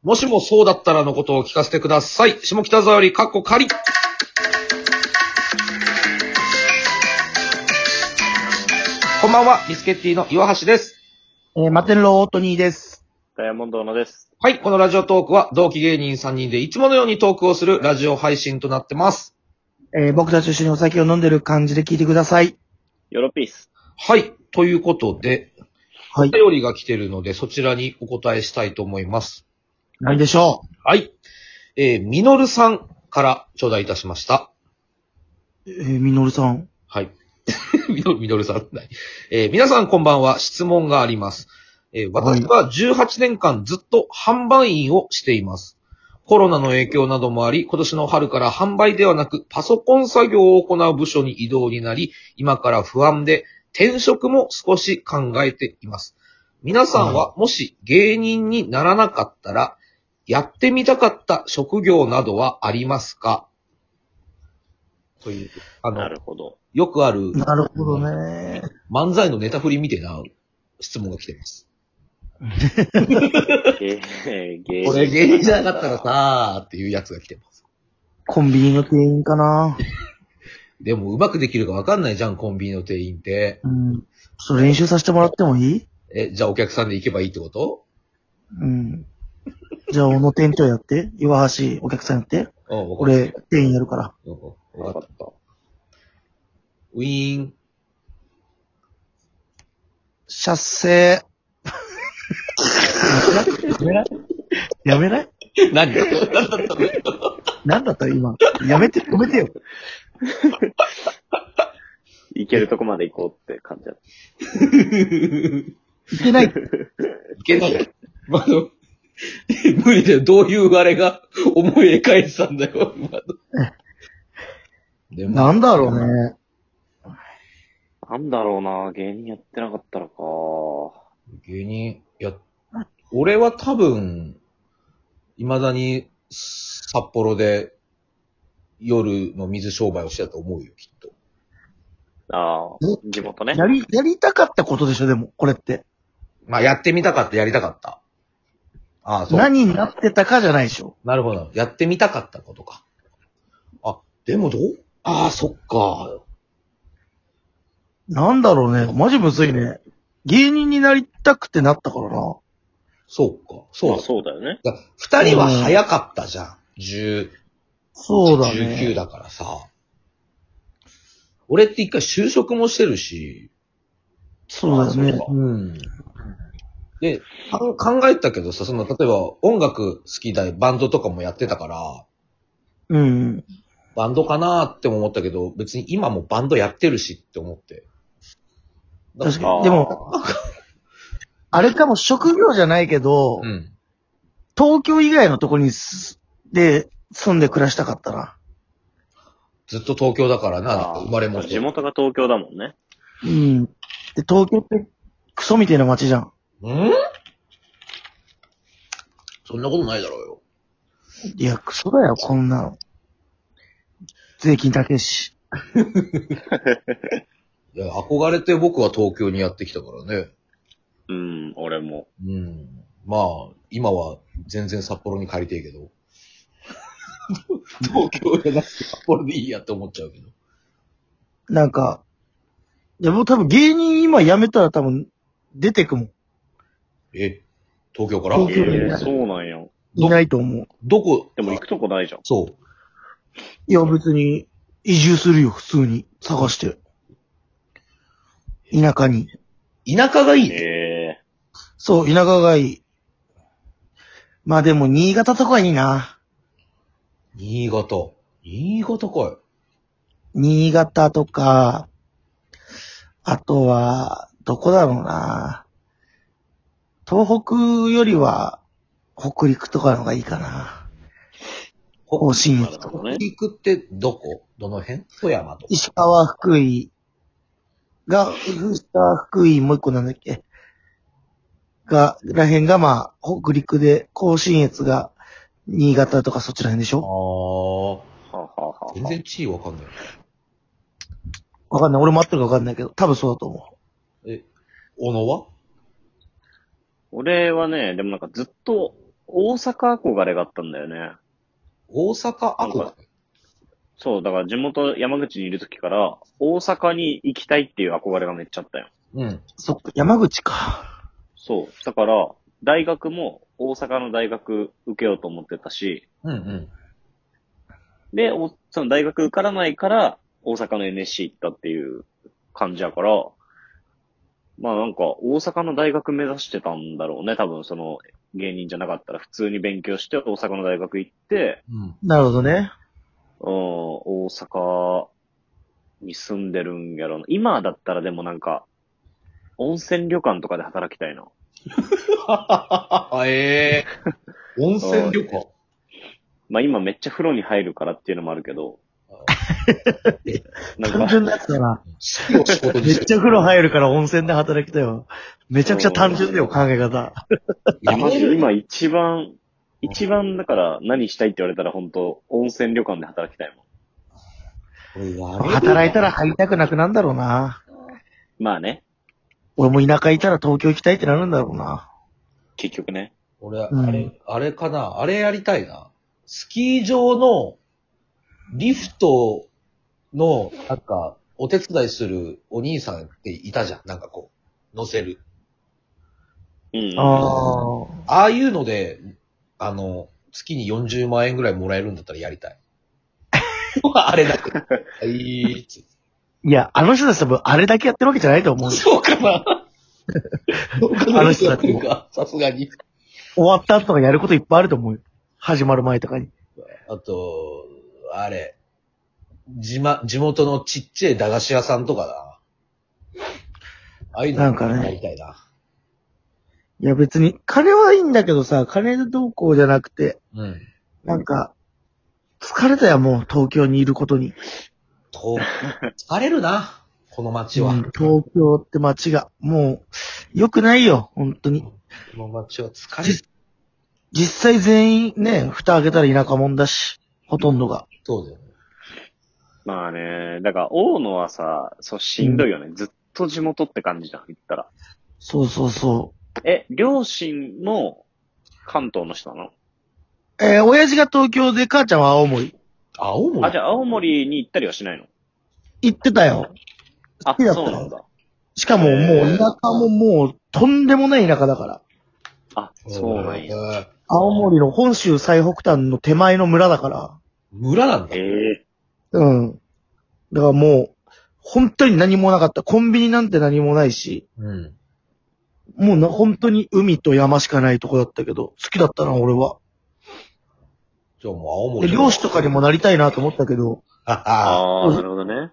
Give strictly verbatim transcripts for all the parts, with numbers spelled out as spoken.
もしもそうだったらのことを聞かせてください。下北沢よりカッコ仮。こんばんは、ビスケッティの岩橋です。 えー、マテンローオートニーです。 ダイヤモンドのです。 はい、このラジオトークは同期芸人さんにんでいつものようにトークをするラジオ配信となってます。 えー、僕たちと一緒にお酒を飲んでる感じで聞いてください。 ヨロピース。 はい、ということで、 はい。 お便りが来てるのでそちらにお答えしたいと思います。 何でしょはい。えー、みのるさんから頂戴いたしました。 う。えー、みのるさん。 はい。みのる、みのるさん。えー、皆さんこんばんは。質問があります。えー、私はじゅうはちねんかんずっと販売員をしています。コロナの影響などもあり、今年の春から販売ではなくパソコン作業を行う部署に異動になり、今から不安で転職も少し考えています。皆さんはもし芸人にならなかったら、やってみたかった職業などはありますか？という、あの、 なるほど。 よくある、 なるほどね。 漫才のネタ振りみたいな質問が来てます。 芸芸これ芸人じゃなかったらさーっていうやつが来てます。 コンビニの店員かな。 でもうまくできるかわかんないじゃん、コンビニの店員って。 うん。ちょっと練習させてもらってもいい？ え、じゃあお客さんで行けばいいってこと？ うん。じゃあ、小野店長やって。岩橋お客さんやって。 うん、わかった。 俺、店員やるから。 うん、わかった。ウィーン。 シャッセー。やめないやめない何何だったの？ なんだった今。やめて、止めてよ。 行けるとこまで行こうって感じだっいけない。 いけない。まあの、無理だよ。どういうあれが思い描いてたんだよ。今のでもなんだろうね。 た。なんだろうな、芸人やってなかったらか。 芸人、や、俺は多分、未だに札幌で夜の水商売をしてたと思うよ、きっと。 ああ、地元ね。 やり、やりたかったことでしょ、でも、これって。 まあ、やってみたかった、やりたかった。ああ、そう。 何になってたかじゃないでしょ。 なるほど。やってみたかったことか。あ、でもどう？ああ、そっか。 なんだろうね。マジむずいね。芸人になりたくてなったからな。 そうか。そうだ。 まあそうだよね。 だ二人は早かったじゃん。十、 そうだね。 じゅうきゅうだからさ。俺って一回就職もしてるし。 そうだよね。 あそうかうん。で、考考えたけどさ、その、例えば音楽好きだバンドとかもやってたから、 うん。 バンドかなーっても思ったけど、別に今もバンドやってるしって思って。だ確かに。 あーでも、あれかも職業じゃないけど、 うん。 東京以外のとこにす、で、住んで暮らしたかったな。 ずっと東京だからな、 あー生まれも地元が東京だもんね。 うん。で、東京ってクソみたいな街じゃん。 んそんなことないだろうよ。 いや、クソだよ、こんなの。税金高いし。 いや、憧れて僕は東京にやってきたからね。 うん、俺も。 うん。まあ、今は全然札幌に帰りてえけど。東京じゃなくて札幌でいいやって思っちゃうけど。 なんか、いや、もう多分芸人今辞めたら多分出てくもん。 え、東京からえ東京にえー、そうなんや。 いないと思う。 どこでも行くとこないじゃん。 そう。 いや、別に移住するよ、普通に。探して。田舎に。 田舎がいいね。 ええそう、田舎がいい。まあでも、新潟とかいいな。 新潟。新潟か新潟とか、あとは、どこだろうな。東北よりは、北陸とかの方がいいかな。 い。 甲信越とか。 なるほどね。 北陸ってどこ？どの辺？富山とか。 石川、福井が、石川、福井、もう一個なんだっけが、らへんがまあ、北陸で、甲信越が、新潟とかそっちらへんでしあょあ。 はあ、はあはあ、 全然地位わかんない。 わかんない。俺も合ってるかわかんないけど、多分そうだと思え、小野は？ 俺はね、でもなんかずっと大阪憧れがあったんだよね。 大阪憧れ。 そう、だから地元山口にいる時から大阪に行きたいっていう憧れがめっちゃあったよ。 うん。 そっか、山口か。 そう。だから、大学も大阪の大学受けようと思ってたし、 うんうん。 で、おその大学受からないから大阪の エヌエスシー 行ったっていう感じやから、まあなんか大阪の大学目指してたんだろうね。多分その芸人じゃなかったら普通に勉強して大阪の大学行って、 うん。 なるほどね。 うん、大阪に住んでるんやろな。今だったらでもなんか、温泉旅館とかで働きたいな。 ええー。温泉旅行。 まあ今めっちゃ風呂に入るからっていうのもあるけど、なんか、 単純なやつだな。 好きを仕事にめっしてちゃ風呂入るから温泉で働きたいわ。めちゃくちゃ単純だよ、考え方。 いやマジで今一番、一番だから何したいって言われたら本当温泉旅館で働きたいもん。 俺やれる働いたら入りたくなくなんだろうな。 まあね、 俺も田舎いたら東京行きたいってなるんだろうな。 結局ね。 俺、あうんれ、あれかなあれやりたいな。スキー場のリフトの、なんか、お手伝いするお兄さんっていたじゃん。なんかこう、乗せる。 うん。 ああ。 ああいうので、あの、月によんじゅうまん円ぐらいもらえるんだったらやりたい。あれだけ。はいーつ。 いや、あの人たち多分あれだけやってるわけじゃないと思う。 そうかなそうかなあの人たちやってるかさすがに。 終わった後とかやることいっぱいあると思うよ。始まる前とかに。 あと、あれ、地ま、地元のちっちゃい駄菓子屋さんとかだ。ああいうのなんかねやりたいな。 いや別に、金はいいんだけどさ、金でどうこうじゃなくて、 うん。 なんか、疲れたよ、もう東京にいることに。 と、疲れるな、この街は。 うん東京って街が、もう、良くないよ、本当に。 この街は疲れる。 実際全員ね、蓋開けたら田舎者だし、ほとんどが。 そうだよね。 まあね、だから大野はさ、そうしんどいよね。ずっと地元って感じじゃん、言ったら。 そうそうそえ、両親も関東の人なの？ う。えー親父が東京で母ちゃんは青森。 青森あ、じゃあ青森に行ったりはしないの？ 行ってたよ。 あ好きだ、ったそうなんだ。 しかももう田舎ももうとんでもない田舎だから。 あ、そうなんや。 や。 青森の本州最北端の手前の村だから。 村なんだ。 ええうん。だからもう、本当に何もなかった。コンビニなんて何もないし、 うん。 もうな、本当に海と山しかないとこだったけど、好きだったな、俺は。 じゃあもう青で、 森。 漁師とかにもなりたいなと思ったけど、 ははああ、なるほどね。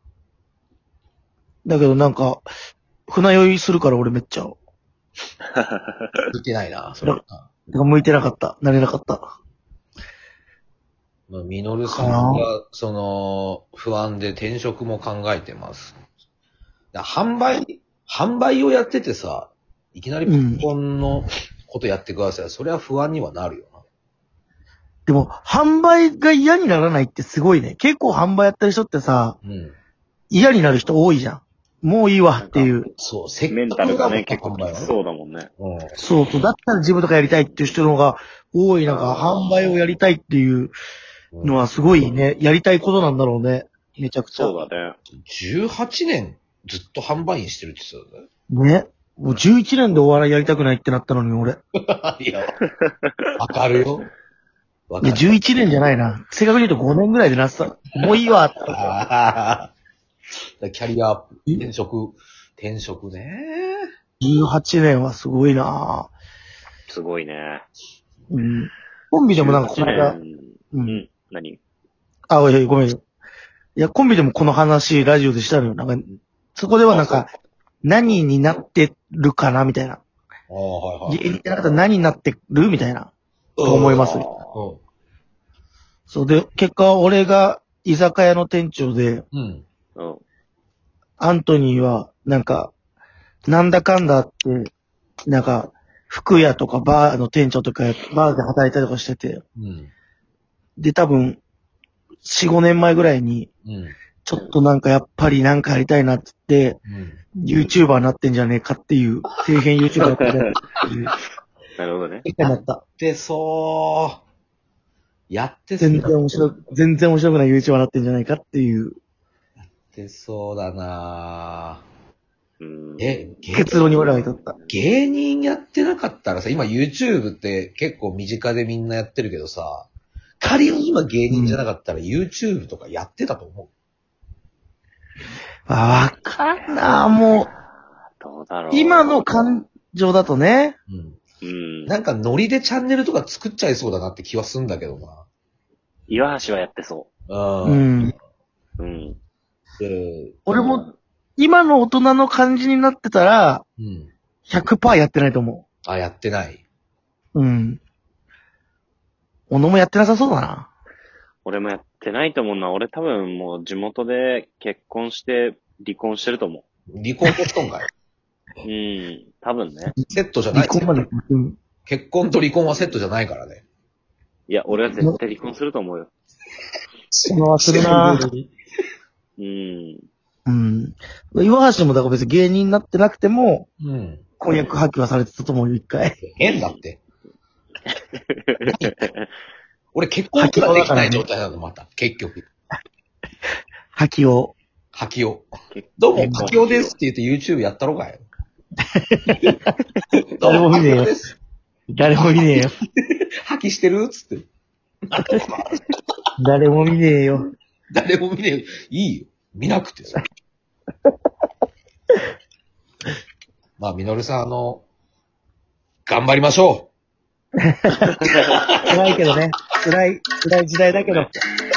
だけどなんか、船酔いするから俺めっちゃ、 見てないな、それは。 向いてなかった。なれなかった。 まあミノルさんが、その、不安で転職も考えてます。だ販売、販売をやっててさ、いきなりパソコンのことやってください。それは不安にはなるよな。 でも、販売が嫌にならないってすごいね。結構販売やってる人ってさ、 うん。 嫌になる人多いじゃん。もういいわっていう。 そう、せっメンタルがね、 か結構き販売はね。 つそうだもんね。 うん。 そうそう。だったら自分とかやりたいっていう人の方が多い。なんか、販売をやりたいっていうのはすごいね、やりたいことなんだろうね。めちゃくちゃ。 そうだね。 じゅうはちねんずっと販売員してるって言ってたよね。 ね。もうじゅういちねんでお笑いやりたくないってなったのに俺。 いや、わかるよ。わいや、じゅういちねんじゃないな。正確に言うとごねんぐらいでなってた。もういいわって。 あーキャリアアップ、転職、転職ね。 じゅうはちねんはすごいなぁ。 すごいね。 うん。コンビでもなんかこの間、 じゅうはちねんう。 うんん。何？ あ、いやごめんよ。いや、コンビでもこの話、ラジオでしたのよ。なんか、そこではなんか、何になってるかなみたいな。 ああ、はいはい。 芸人ってなかったら何になってるみたいな。と思います。 うん。 そうで、結果俺が居酒屋の店長で、 うん。 うん。 アントニーは、なんか、なんだかんだって、なんか、服屋とかバーの店長とか、バーで働いたりとかしてて、 うん。 で、多分、よん、ごねんまえぐらいに、 うん。 ちょっとなんかやっぱりなんかやりたいなって言って、 うん。 YouTuber になってんじゃねえかっていう、底辺 YouTuber になってるなるほどね。 一回なった。 で、そう。やってそう。 全然面白く、全然面白くない YouTuber になってんじゃないかっていう。 やってそうだなうん。 え、芸結論に俺は至った。 芸人やってなかったらさ、今 YouTube って結構身近でみんなやってるけどさ、仮に今芸人じゃなかったら YouTube とかやってたと思う。 あ、わかんなもう、 どうだろう。 今の感情だとね。 うん。 うん。 なんかノリでチャンネルとか作っちゃいそうだなって気はすんだけどな。 岩橋はやってそあうん。 う。うん。 で俺も、今の大人の感じになってたら、 うん。 ひゃくパーセントやってないと思あ、やってない。 う。うん。小野もやってなさそうだな。 俺もやってないと思うな。俺多分もう地元で結婚して離婚してると思離婚結婚かい。 う。うん。多分ね。 セットじゃない。 離婚まで。うん。 結婚と離婚はセットじゃないからね。 いや、俺は絶対離婚すると思うよ。 小野はするなうん。 うん。岩橋もだから別に芸人になってなくても、 うん。 婚約破棄はされてたと思うよ、一回。 変だって。俺結婚すらできない状態なの、また。結局。 破棄を。 破棄を。どうも、破棄をですって言って YouTube やったろかよ。 誰も見ねえよ。誰も見ねえよ。 破棄してるつって。 誰も見ねえよ。 誰も見ねえよ。いいよ。見なくてさ。まあ、みのるさん、あの、頑張りましょう。 辛いけどね。辛い、辛い時代だけど。